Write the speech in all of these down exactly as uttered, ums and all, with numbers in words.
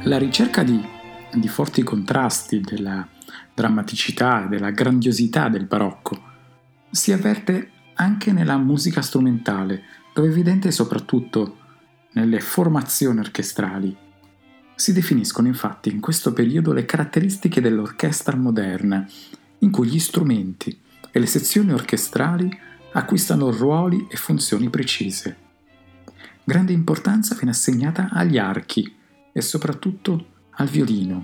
La ricerca di, di forti contrasti, della drammaticità e della grandiosità del barocco si avverte anche nella musica strumentale, dove è evidente soprattutto nelle formazioni orchestrali. Si definiscono infatti in questo periodo le caratteristiche dell'orchestra moderna, in cui gli strumenti e le sezioni orchestrali acquistano ruoli e funzioni precise. Grande importanza viene assegnata agli archi e soprattutto al violino.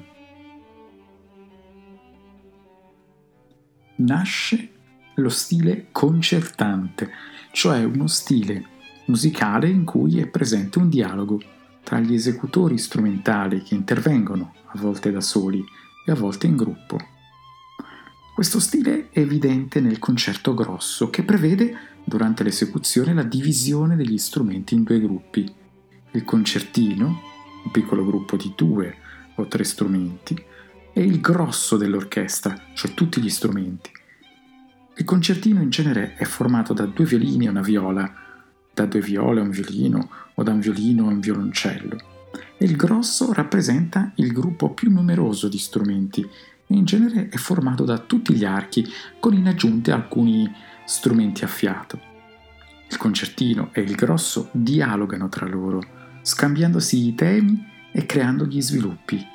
Nasce lo stile concertante, cioè uno stile musicale in cui è presente un dialogo tra gli esecutori strumentali che intervengono, a volte da soli e a volte in gruppo. Questo stile è evidente nel concerto grosso, che prevede durante l'esecuzione la divisione degli strumenti in due gruppi. Il concertino, un piccolo gruppo di due o tre strumenti, e il grosso dell'orchestra, cioè tutti gli strumenti. Il concertino in genere è formato da due violini e una viola, da due viole a un violino o da un violino a un violoncello, e il grosso rappresenta il gruppo più numeroso di strumenti e in genere è formato da tutti gli archi, con in aggiunte alcuni strumenti a fiato. Il concertino e il grosso dialogano tra loro, scambiandosi i temi e creando gli sviluppi.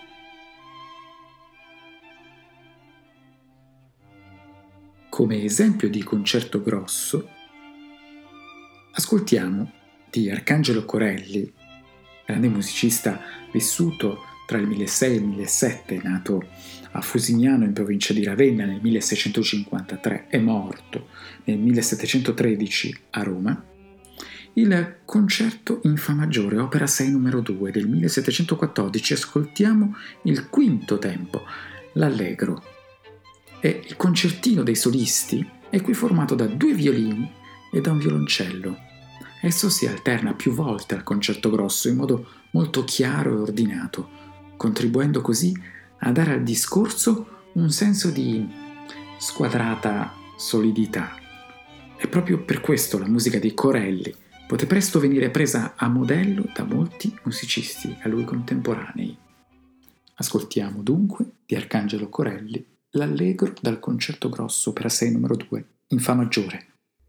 Come esempio di concerto grosso, ascoltiamo di Arcangelo Corelli, grande musicista vissuto tra il milleseicento e il millesettecento, nato a Fusignano in provincia di Ravenna nel milleseicentocinquantatré e morto nel millesettecentotredici a Roma, il concerto in Fa maggiore, opera sei numero due del millesettecentoquattordici. Ascoltiamo il quinto tempo, l'Allegro. E il concertino dei solisti è qui formato da due violini e da un violoncello. Esso si alterna più volte al concerto grosso in modo molto chiaro e ordinato, contribuendo così a dare al discorso un senso di squadrata solidità. E proprio per questo la musica di Corelli poté presto venire presa a modello da molti musicisti a lui contemporanei. Ascoltiamo dunque di Arcangelo Corelli l'Allegro dal concerto grosso opera sei numero due in Fa maggiore.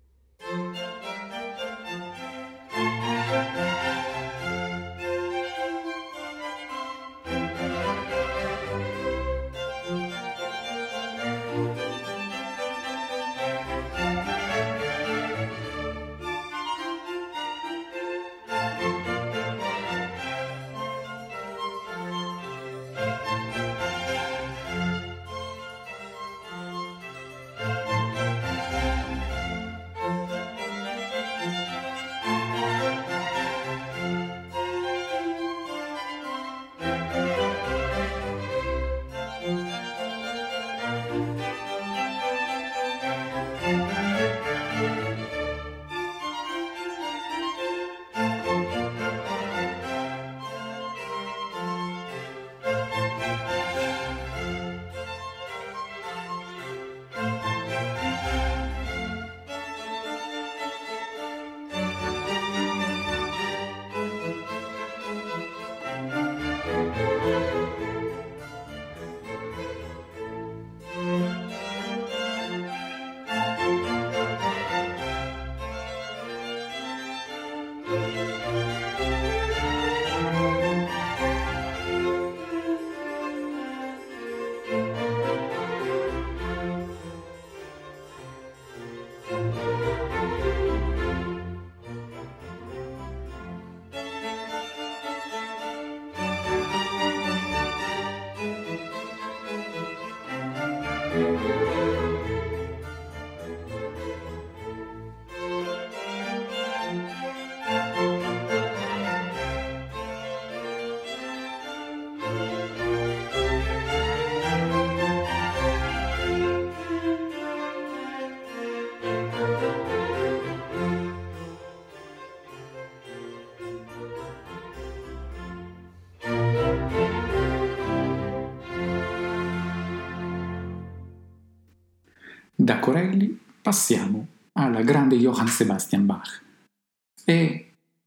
Da Corelli passiamo alla grande Johann Sebastian Bach e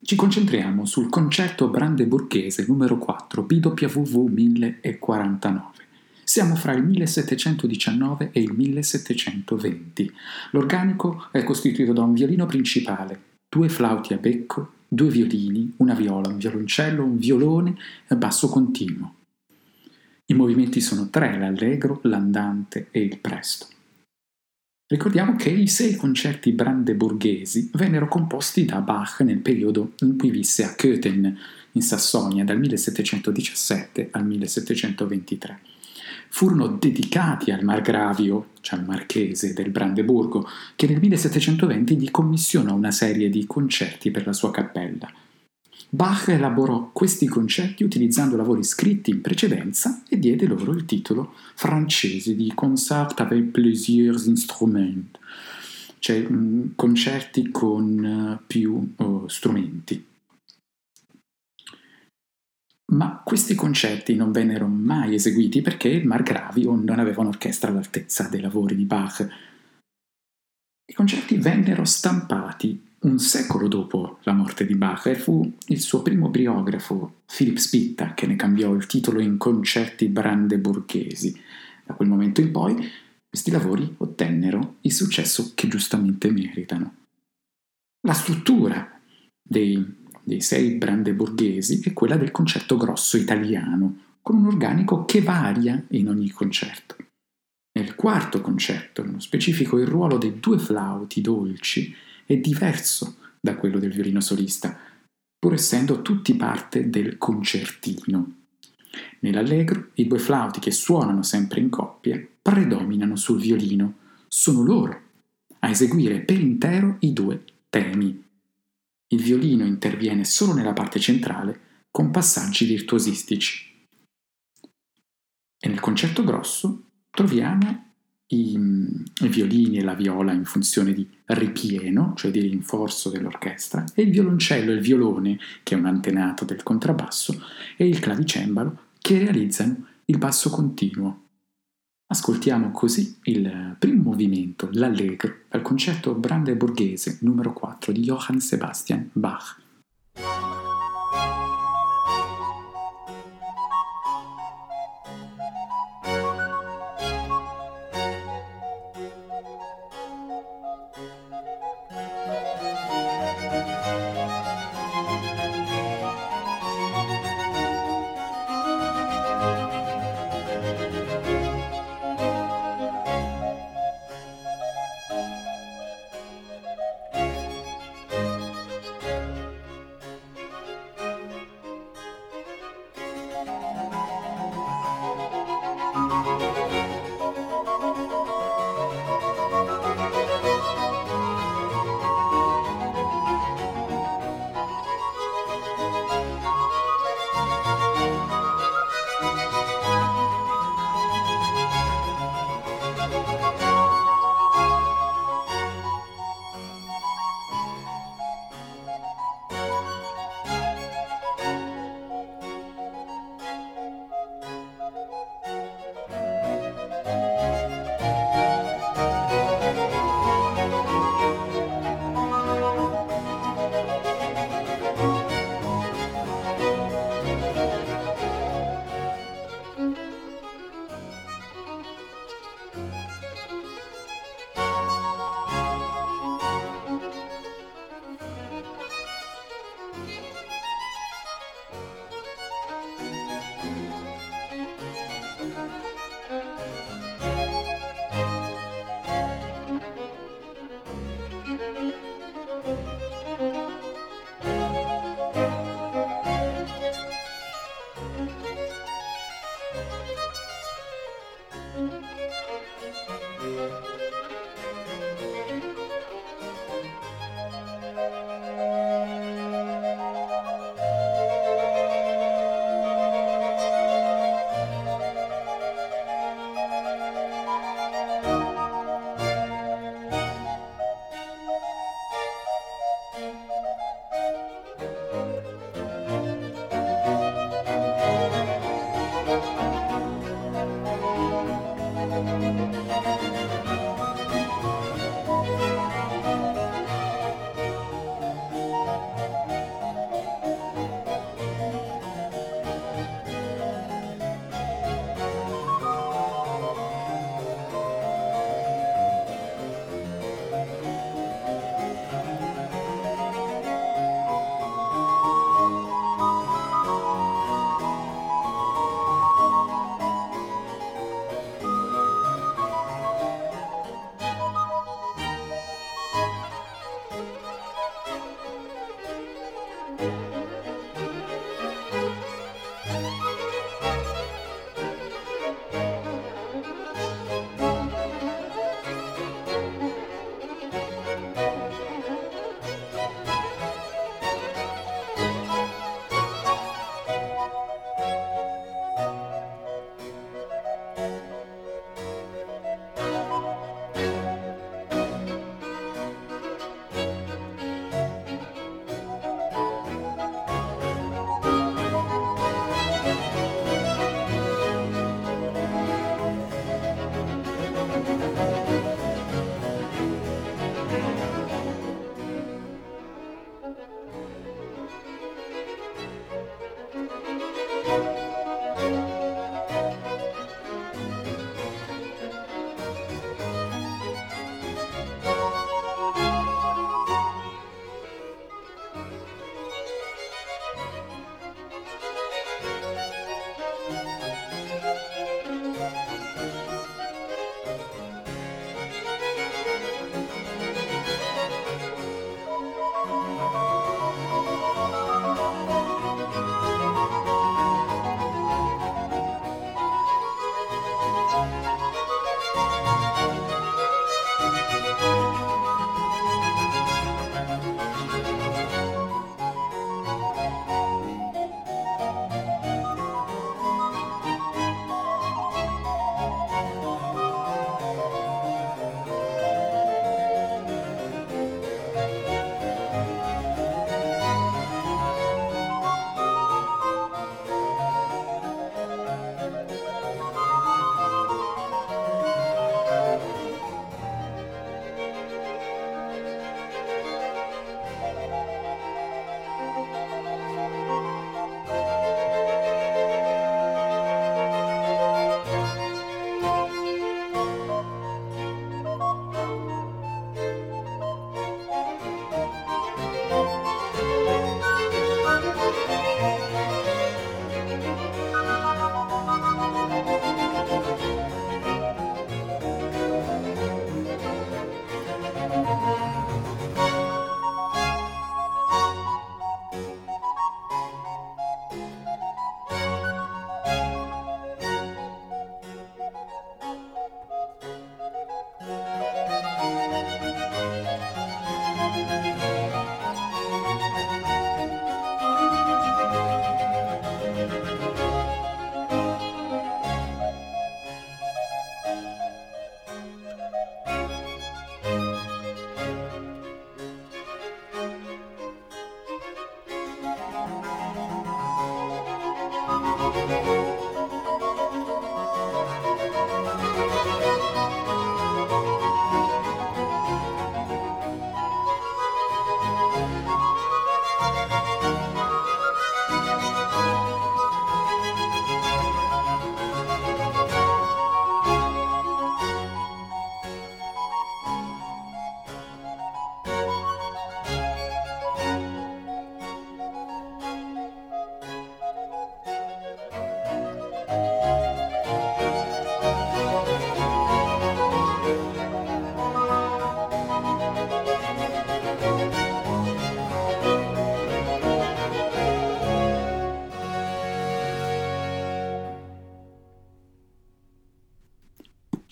Ci concentriamo sul concerto brandeburghese numero quattro B W V mille quarantanove. Siamo fra il millesettecentodiciannove e il millesettecentoventi. L'organico è costituito da un violino principale, due flauti a becco, due violini, una viola, un violoncello, un violone e basso continuo. I movimenti sono tre, l'allegro, l'andante e il presto. Ricordiamo che i sei concerti brandeburghesi vennero composti da Bach nel periodo in cui visse a Köthen, in Sassonia, dal millesettecentodiciassette al millesettecentoventitré. Furono dedicati al margravio, cioè al marchese del Brandeburgo, che nel millesettecentoventi gli commissionò una serie di concerti per la sua cappella. Bach elaborò questi concerti utilizzando lavori scritti in precedenza e diede loro il titolo francese di Concert avec plusieurs instruments, cioè mh, concerti con uh, più uh, strumenti. Ma questi concerti non vennero mai eseguiti perché il margravio non aveva un'orchestra all'altezza dei lavori di Bach. I concerti vennero stampati un secolo dopo la morte di Bach e fu il suo primo biografo, Philipp Spitta, che ne cambiò il titolo in Concerti brandeburghesi. Da quel momento in poi questi lavori ottennero il successo che giustamente meritano. La struttura dei, dei sei brandeburghesi è quella del concerto grosso italiano, con un organico che varia in ogni concerto. Nel quarto concerto, nello specifico, il ruolo dei due flauti dolci è diverso da quello del violino solista, pur essendo tutti parte del concertino. Nell'allegro, i due flauti che suonano sempre in coppie predominano sul violino. Sono loro a eseguire per intero i due temi. Il violino interviene solo nella parte centrale con passaggi virtuosistici. E nel concerto grosso troviamo i, i violini e la viola in funzione di ripieno, cioè di rinforzo dell'orchestra, e il violoncello e il violone, che è un antenato del contrabbasso, e il clavicembalo, che realizzano il basso continuo. Ascoltiamo così il primo movimento, l'allegro, dal concerto brandeburghese numero quattro di Johann Sebastian Bach.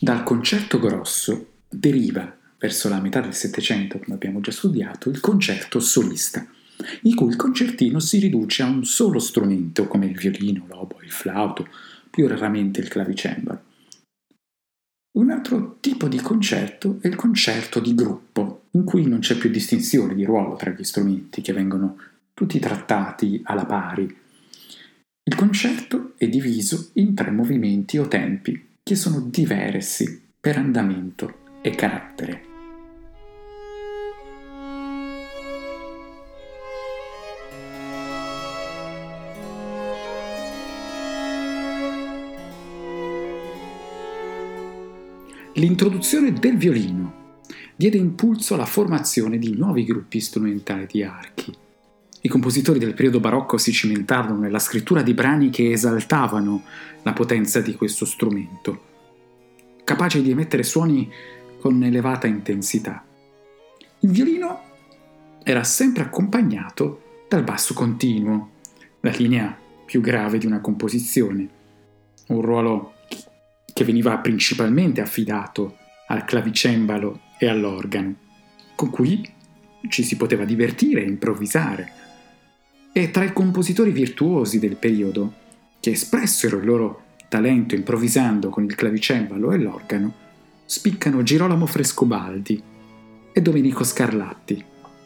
Dal concerto grosso deriva, verso la metà del Settecento, come abbiamo già studiato, il concerto solista, in cui il concertino si riduce a un solo strumento, come il violino, l'oboe, il flauto, più raramente il clavicembalo. Un altro tipo di concerto è il concerto di gruppo, in cui non c'è più distinzione di ruolo tra gli strumenti, che vengono tutti trattati alla pari. Il concerto è diviso in tre movimenti o tempi, che sono diversi per andamento e carattere. L'introduzione del violino diede impulso alla formazione di nuovi gruppi strumentali di archi. I compositori del periodo barocco si cimentarono nella scrittura di brani che esaltavano la potenza di questo strumento, capace di emettere suoni con elevata intensità. Il violino era sempre accompagnato dal basso continuo, la linea più grave di una composizione, un ruolo che veniva principalmente affidato al clavicembalo e all'organo, con cui ci si poteva divertire e improvvisare. E tra i compositori virtuosi del periodo, che espressero il loro talento improvvisando con il clavicembalo e l'organo, spiccano Girolamo Frescobaldi e Domenico Scarlatti.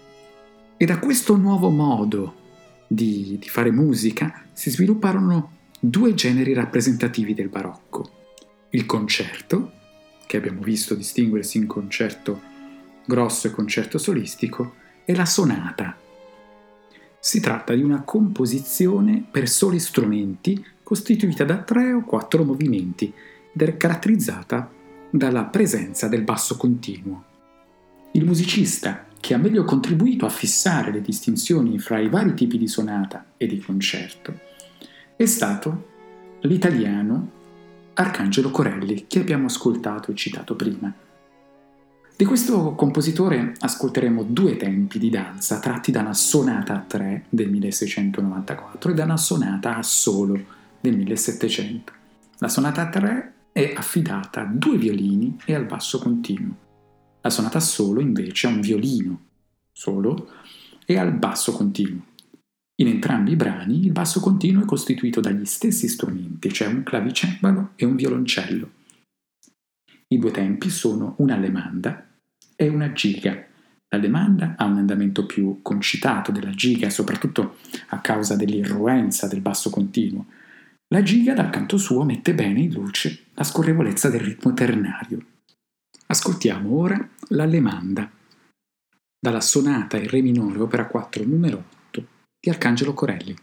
E da questo nuovo modo di, di fare musica si svilupparono due generi rappresentativi del barocco: il concerto, che abbiamo visto distinguersi in concerto grosso e concerto solistico, e la sonata. Si tratta di una composizione per soli strumenti costituita da tre o quattro movimenti ed è caratterizzata dalla presenza del basso continuo. Il musicista che ha meglio contribuito a fissare le distinzioni fra i vari tipi di sonata e di concerto è stato l'italiano Arcangelo Corelli, che abbiamo ascoltato e citato prima. Di questo compositore ascolteremo due tempi di danza tratti da una sonata a tre del milleseicentonovantaquattro e da una sonata a solo del millesettecento. La sonata a tre è affidata a due violini e al basso continuo. La sonata a solo invece ha un violino solo e al basso continuo. In entrambi i brani il basso continuo è costituito dagli stessi strumenti, cioè un clavicembalo e un violoncello. I due tempi sono un'allemanda e una giga. L'allemanda ha un andamento più concitato della giga, soprattutto a causa dell'irruenza del basso continuo. La giga, dal canto suo, mette bene in luce la scorrevolezza del ritmo ternario. Ascoltiamo ora l'allemanda, dalla sonata in re minore opera quattro numero otto di Arcangelo Corelli.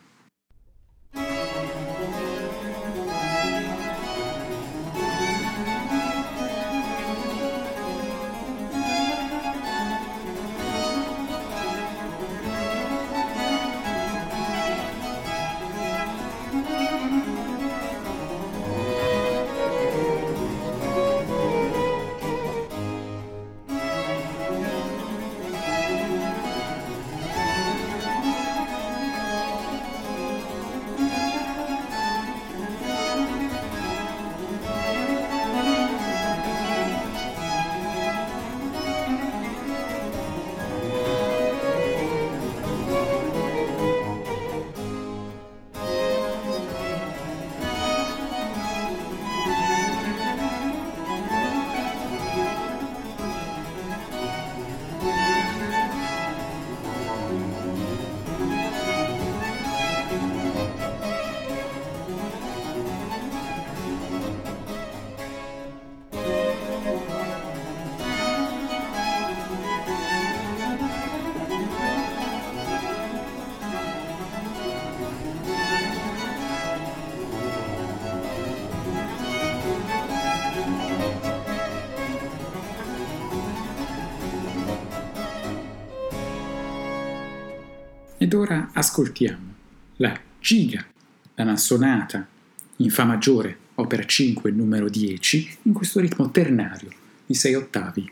Ed ora ascoltiamo la giga, la sonata in fa maggiore, opera cinque, numero dieci, in questo ritmo ternario di sei ottavi.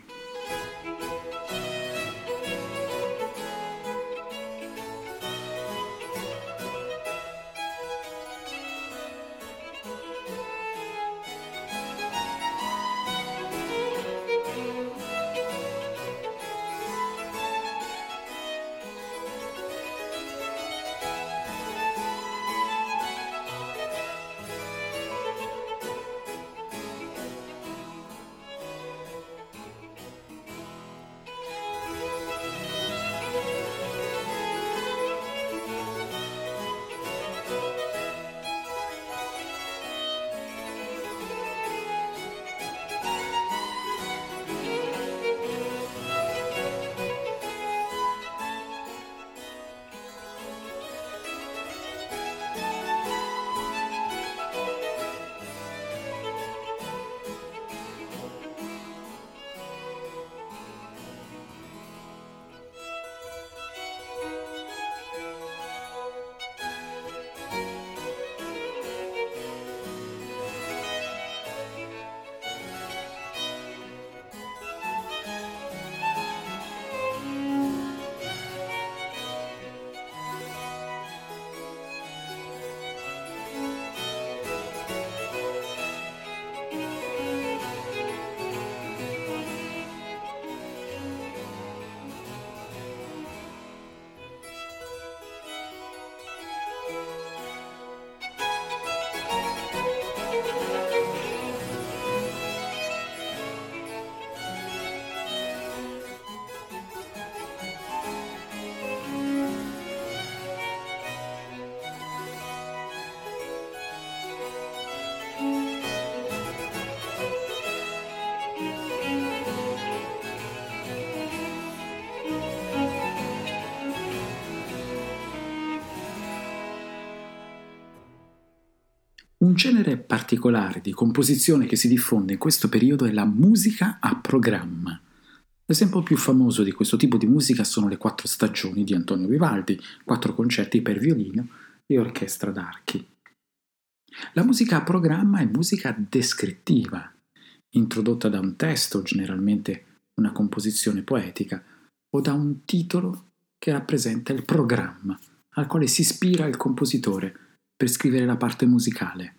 Un genere particolare di composizione che si diffonde in questo periodo è la musica a programma. L'esempio più famoso di questo tipo di musica sono le quattro stagioni di Antonio Vivaldi, quattro concerti per violino e orchestra d'archi. La musica a programma è musica descrittiva, introdotta da un testo, generalmente una composizione poetica, o da un titolo che rappresenta il programma al quale si ispira il compositore per scrivere la parte musicale.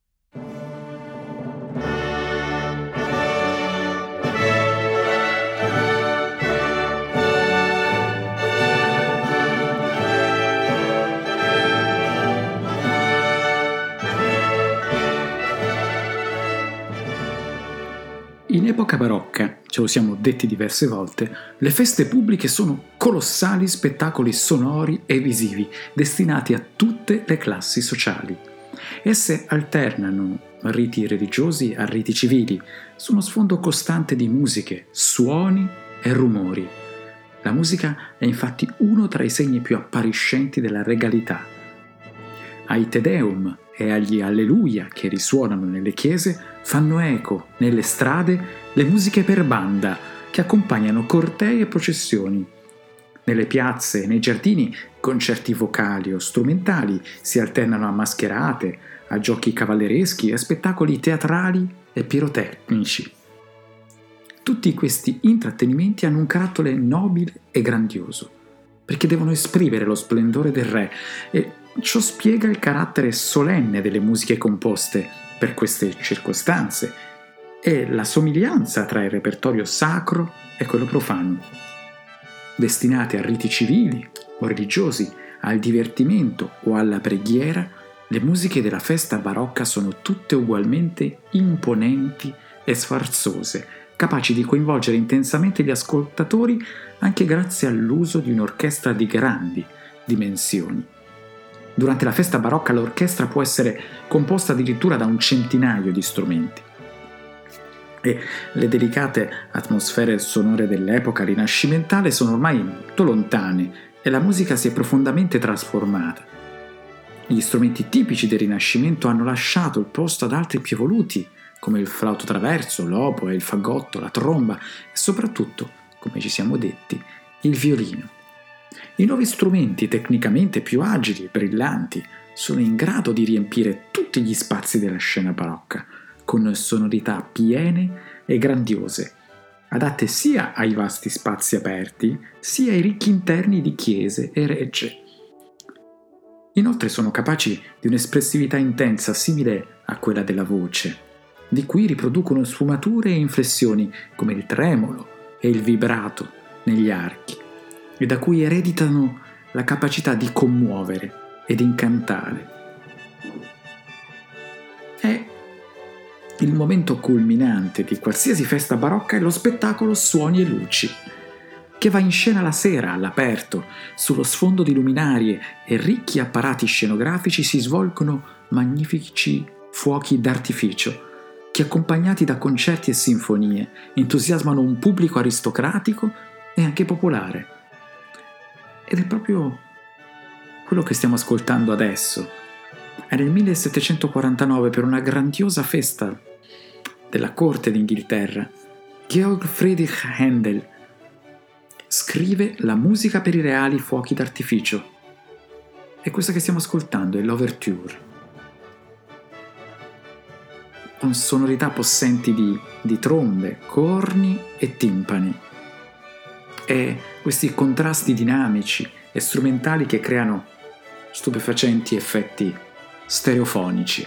In epoca barocca, ce lo siamo detti diverse volte, le feste pubbliche sono colossali spettacoli sonori e visivi destinati a tutte le classi sociali. Esse alternano riti religiosi a riti civili, su uno sfondo costante di musiche, suoni e rumori. La musica è infatti uno tra i segni più appariscenti della regalità. Ai Te Deum e agli Alleluia che risuonano nelle chiese fanno eco nelle strade le musiche per banda che accompagnano cortei e processioni. Nelle piazze e nei giardini concerti vocali o strumentali si alternano a mascherate, a giochi cavallereschi e a spettacoli teatrali e pirotecnici. Tutti questi intrattenimenti hanno un carattere nobile e grandioso, perché devono esprimere lo splendore del re e ciò spiega il carattere solenne delle musiche composte per queste circostanze e la somiglianza tra il repertorio sacro e quello profano. Destinate a riti civili o religiosi, al divertimento o alla preghiera, le musiche della festa barocca sono tutte ugualmente imponenti e sfarzose, capaci di coinvolgere intensamente gli ascoltatori anche grazie all'uso di un'orchestra di grandi dimensioni. Durante la festa barocca l'orchestra può essere composta addirittura da un centinaio di strumenti. E le delicate atmosfere sonore dell'epoca rinascimentale sono ormai molto lontane e la musica si è profondamente trasformata. Gli strumenti tipici del Rinascimento hanno lasciato il posto ad altri più evoluti, come il flauto traverso, l'oboe, il fagotto, la tromba e soprattutto, come ci siamo detti, il violino. I nuovi strumenti tecnicamente più agili e brillanti sono in grado di riempire tutti gli spazi della scena barocca, con sonorità piene e grandiose, adatte sia ai vasti spazi aperti, sia ai ricchi interni di chiese e regge. Inoltre sono capaci di un'espressività intensa simile a quella della voce, di cui riproducono sfumature e inflessioni come il tremolo e il vibrato negli archi, e da cui ereditano la capacità di commuovere ed incantare. È il momento culminante di qualsiasi festa barocca è lo spettacolo Suoni e Luci, che va in scena la sera all'aperto. Sullo sfondo di luminarie e ricchi apparati scenografici si svolgono magnifici fuochi d'artificio, che accompagnati da concerti e sinfonie entusiasmano un pubblico aristocratico e anche popolare. Ed è proprio quello che stiamo ascoltando adesso. È nel millesettecentoquarantanove, per una grandiosa festa della corte d'Inghilterra, Georg Friedrich Händel scrive la musica per i reali fuochi d'artificio. E questa che stiamo ascoltando è l'Overture, con sonorità possenti di, di trombe, corni e timpani. E questi contrasti dinamici e strumentali che creano stupefacenti effetti stereofonici.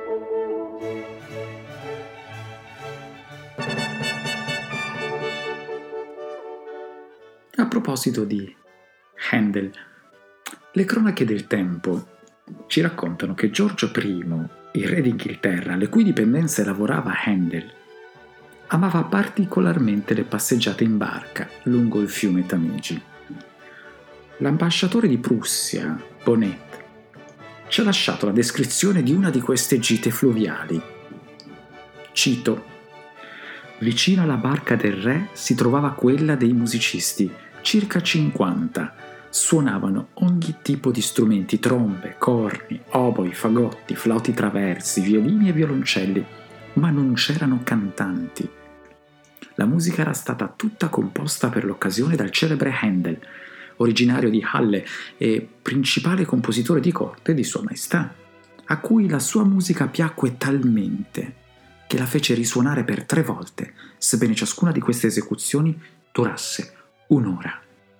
A proposito di Handel, le cronache del tempo ci raccontano che Giorgio I, il re d'Inghilterra, alle cui dipendenze lavorava Handel, amava particolarmente le passeggiate in barca lungo il fiume Tamigi. L'ambasciatore di Prussia, Bonnet, ci ha lasciato la descrizione di una di queste gite fluviali. Cito: vicino alla barca del re si trovava quella dei musicisti, circa cinquanta. Suonavano ogni tipo di strumenti: trombe, corni, oboi, fagotti, flauti traversi, violini e violoncelli, ma non c'erano cantanti. La musica era stata tutta composta per l'occasione dal celebre Handel, originario di Halle e principale compositore di corte di Sua Maestà, a cui la sua musica piacque talmente che la fece risuonare per tre volte, sebbene ciascuna di queste esecuzioni durasse un'ora.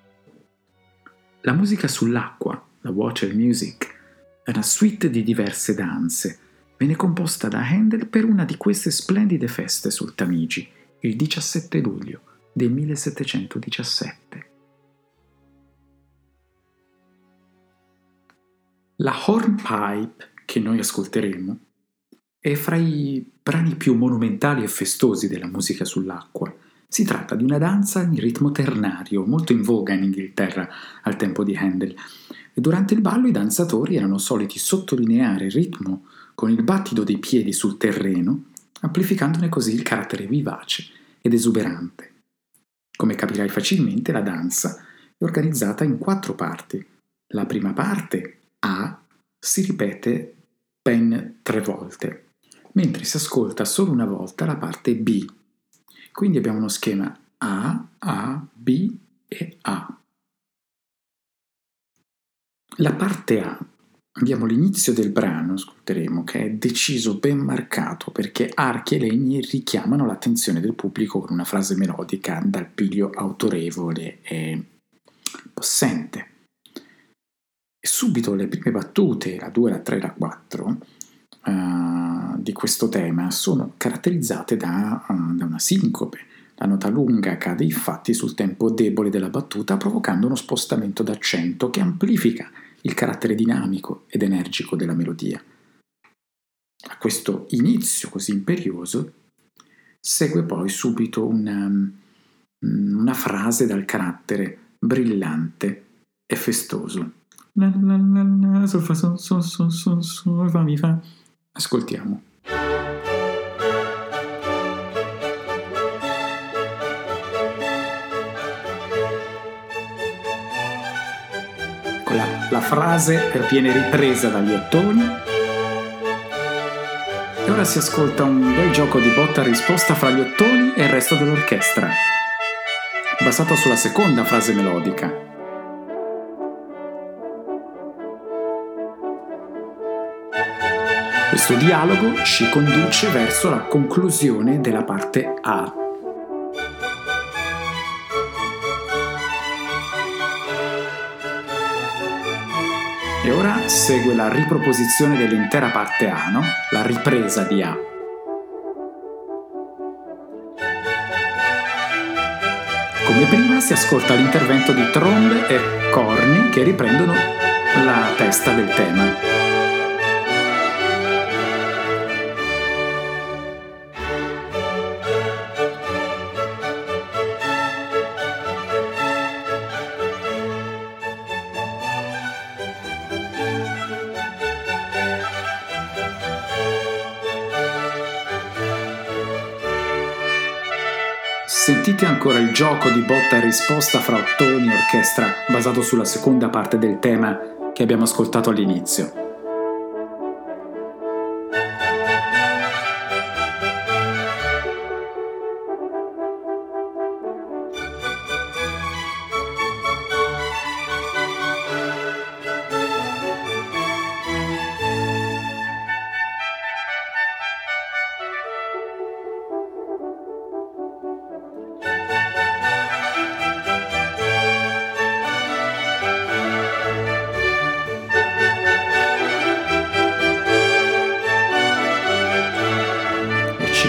La musica sull'acqua, la water music, è una suite di diverse danze. Venne composta da Handel per una di queste splendide feste sul Tamigi, il diciassette luglio del millesettecentodiciassette. La Hornpipe, che noi ascolteremo, è fra i brani più monumentali e festosi della musica sull'acqua. Si tratta di una danza in ritmo ternario, molto in voga in Inghilterra al tempo di Handel. E durante il ballo i danzatori erano soliti sottolineare il ritmo con il battito dei piedi sul terreno, amplificandone così il carattere vivace ed esuberante. Come capirai facilmente, la danza è organizzata in quattro parti. La prima parte, A, si ripete ben tre volte, mentre si ascolta solo una volta la parte B. Quindi abbiamo uno schema A, A, B e A. La parte A, abbiamo l'inizio del brano, ascolteremo, che è deciso, ben marcato, perché archi e legni richiamano l'attenzione del pubblico con una frase melodica dal piglio autorevole e possente. E subito le prime battute, la due, la tre, la quattro, uh, di questo tema sono caratterizzate da, uh, da una sincope. La nota lunga cade infatti sul tempo debole della battuta, provocando uno spostamento d'accento che amplifica il carattere dinamico ed energico della melodia. A questo inizio così imperioso segue poi subito una, una frase dal carattere brillante e festoso. La, la, la, la, sol, fa, sol, sol, sol, sol, sol, fa, mi fa. Ascoltiamo. Con la, la frase viene ripresa dagli ottoni e ora si ascolta un bel gioco di botta e risposta fra gli ottoni e il resto dell'orchestra, basato sulla seconda frase melodica. Questo dialogo ci conduce verso la conclusione della parte A. E ora segue la riproposizione dell'intera parte A, no? La ripresa di A. Come prima si ascolta l'intervento di trombe e corni che riprendono la testa del tema. Sentite ancora il gioco di botta e risposta fra ottoni e orchestra basato sulla seconda parte del tema che abbiamo ascoltato all'inizio.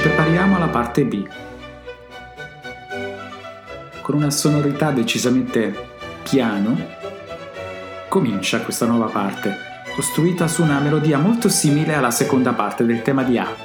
prepariamo alla parte B. Con una sonorità decisamente piano, comincia questa nuova parte, costruita su una melodia molto simile alla seconda parte del tema di A.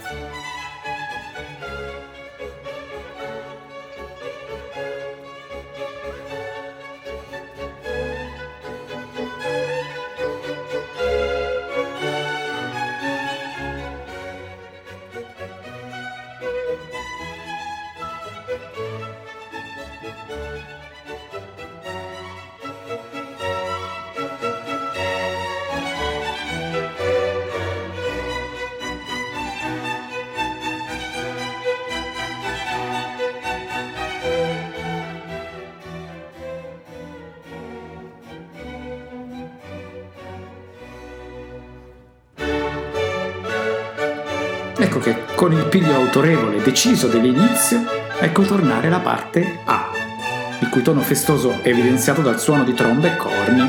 Ecco che con il piglio autorevole deciso dell'inizio, ecco tornare la parte A, il cui tono festoso è evidenziato dal suono di trombe e corni.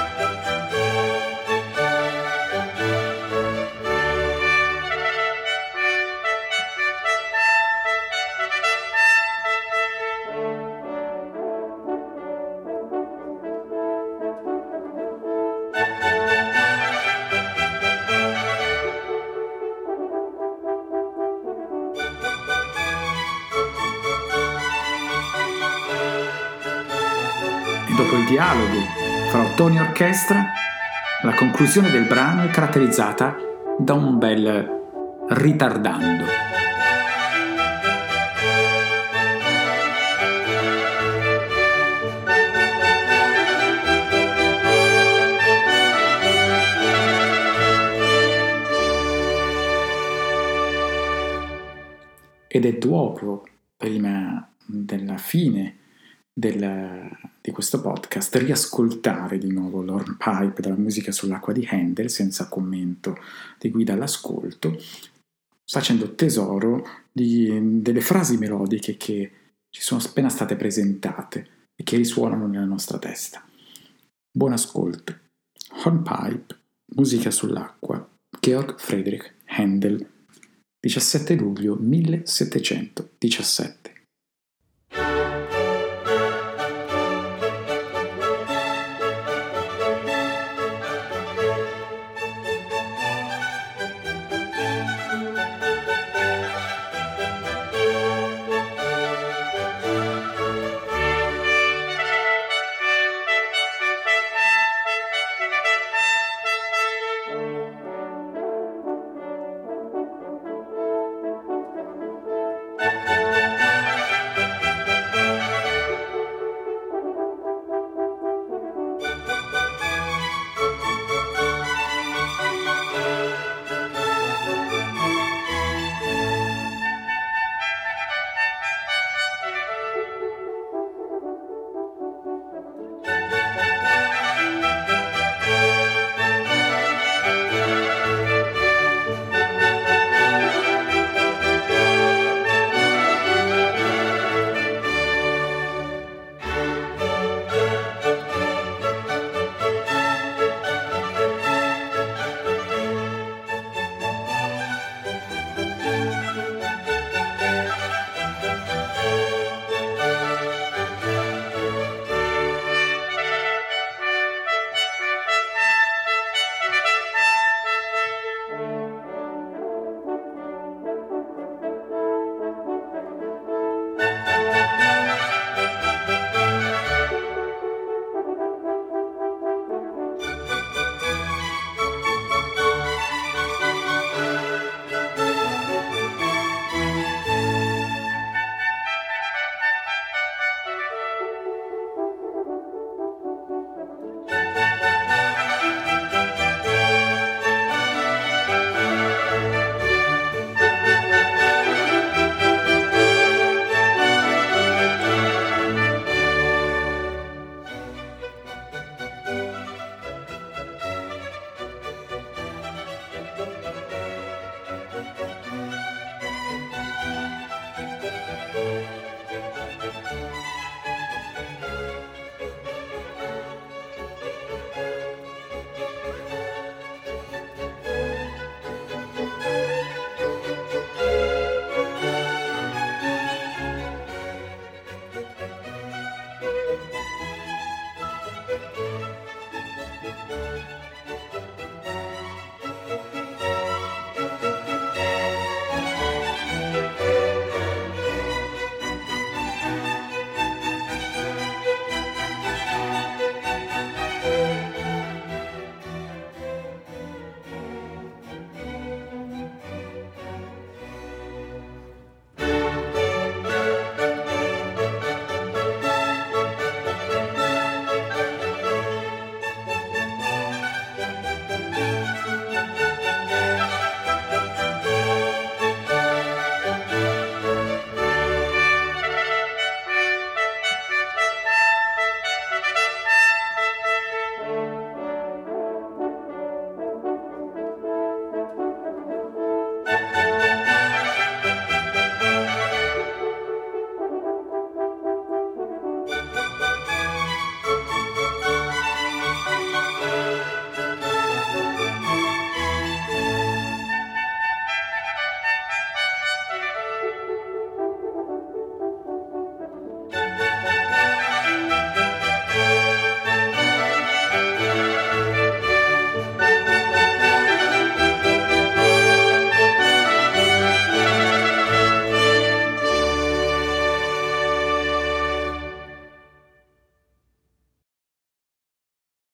Dopo il dialogo fra ottoni e orchestra, la conclusione del brano è caratterizzata da un bel ritardando. Ed è dopo, prima della fine del, di questo podcast, riascoltare di nuovo l'Hornpipe della musica sull'acqua di Handel, senza commento di guida all'ascolto, facendo tesoro di, delle frasi melodiche che ci sono appena state presentate e che risuonano nella nostra testa. Buon ascolto. Hornpipe, musica sull'acqua, Georg Friedrich Händel, diciassette luglio millesettecentodiciassette.